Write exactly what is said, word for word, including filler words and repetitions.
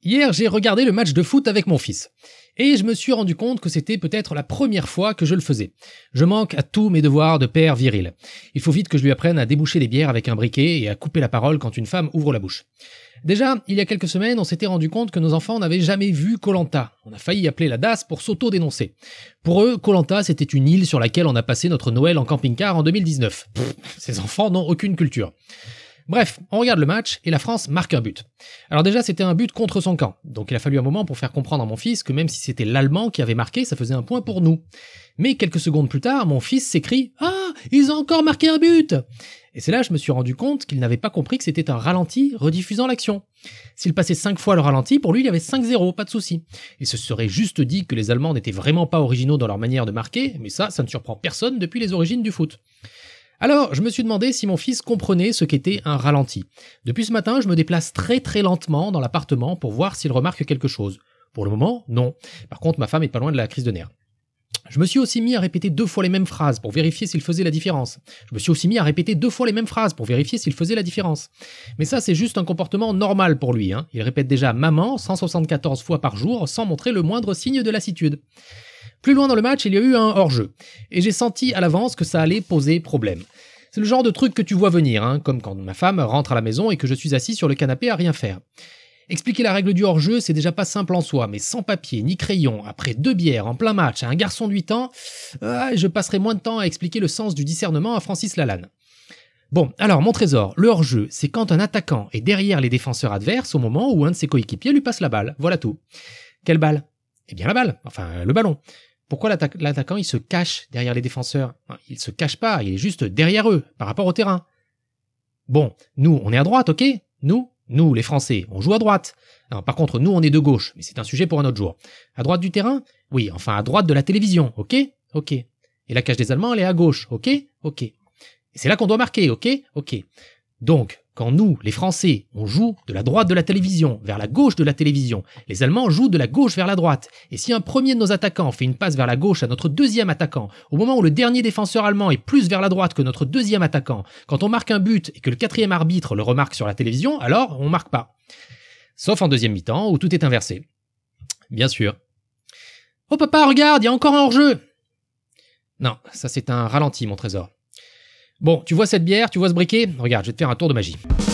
Hier, j'ai regardé le match de foot avec mon fils. Et je me suis rendu compte que c'était peut-être la première fois que je le faisais. Je manque à tous mes devoirs de père viril. Il faut vite que je lui apprenne à déboucher les bières avec un briquet et à couper la parole quand une femme ouvre la bouche. Déjà, il y a quelques semaines, on s'était rendu compte que nos enfants n'avaient jamais vu koh Lanta. On a failli appeler la D A S pour s'auto-dénoncer. Pour eux, koh Lanta, c'était une île sur laquelle on a passé notre Noël en camping-car en deux mille dix-neuf. Pff, ces enfants n'ont aucune culture. Bref, on regarde le match et la France marque un but. Alors déjà, c'était un but contre son camp. Donc il a fallu un moment pour faire comprendre à mon fils que même si c'était l'Allemand qui avait marqué, ça faisait un point pour nous. Mais quelques secondes plus tard, mon fils s'écrie « Ah, ils ont encore marqué un but !» Et c'est là que je me suis rendu compte qu'il n'avait pas compris que c'était un ralenti rediffusant l'action. S'il passait cinq fois le ralenti, pour lui il y avait cinq zéro, pas de souci. Il se serait juste dit que les Allemands n'étaient vraiment pas originaux dans leur manière de marquer, mais ça, ça ne surprend personne depuis les origines du foot. Alors, je me suis demandé si mon fils comprenait ce qu'était un ralenti. Depuis ce matin, je me déplace très très lentement dans l'appartement pour voir s'il remarque quelque chose. Pour le moment, non. Par contre, ma femme est pas loin de la crise de nerfs. Je me suis aussi mis à répéter deux fois les mêmes phrases pour vérifier s'il faisait la différence. Je me suis aussi mis à répéter deux fois les mêmes phrases pour vérifier s'il faisait la différence. Mais ça, c'est juste un comportement normal pour lui, hein. Il répète déjà « maman » cent soixante-quatorze fois par jour sans montrer le moindre signe de lassitude. Plus loin dans le match, il y a eu un hors-jeu. Et j'ai senti à l'avance que ça allait poser problème. C'est le genre de truc que tu vois venir, hein, comme quand ma femme rentre à la maison et que je suis assis sur le canapé à rien faire. Expliquer la règle du hors-jeu, c'est déjà pas simple en soi, mais sans papier ni crayon, après deux bières, en plein match, à un garçon de huit ans, euh, je passerai moins de temps à expliquer le sens du discernement à Francis Lalanne. Bon, alors mon trésor, le hors-jeu, c'est quand un attaquant est derrière les défenseurs adverses au moment où un de ses coéquipiers lui passe la balle, voilà tout. Quelle balle ? Eh bien la balle, enfin le ballon. Pourquoi l'atta- l'attaquant il se cache derrière les défenseurs ? Il se cache pas, il est juste derrière eux, par rapport au terrain. Bon, nous, on est à droite, ok ? Nous, nous, les Français, on joue à droite. Alors, par contre, nous, on est de gauche, mais c'est un sujet pour un autre jour. À droite du terrain ? Oui, enfin à droite de la télévision, ok ? Ok. Et la cage des Allemands, elle est à gauche, ok ? Ok. Et c'est là qu'on doit marquer, ok ? Ok. Donc, quand nous, les Français, on joue de la droite de la télévision vers la gauche de la télévision, les Allemands jouent de la gauche vers la droite. Et si un premier de nos attaquants fait une passe vers la gauche à notre deuxième attaquant, au moment où le dernier défenseur allemand est plus vers la droite que notre deuxième attaquant, quand on marque un but et que le quatrième arbitre le remarque sur la télévision, alors on marque pas. Sauf en deuxième mi-temps où tout est inversé. Bien sûr. Oh papa, regarde, il y a encore un hors-jeu. Non, ça c'est un ralenti, mon trésor. Bon, tu vois cette bière, tu vois ce briquet ? Regarde, je vais te faire un tour de magie.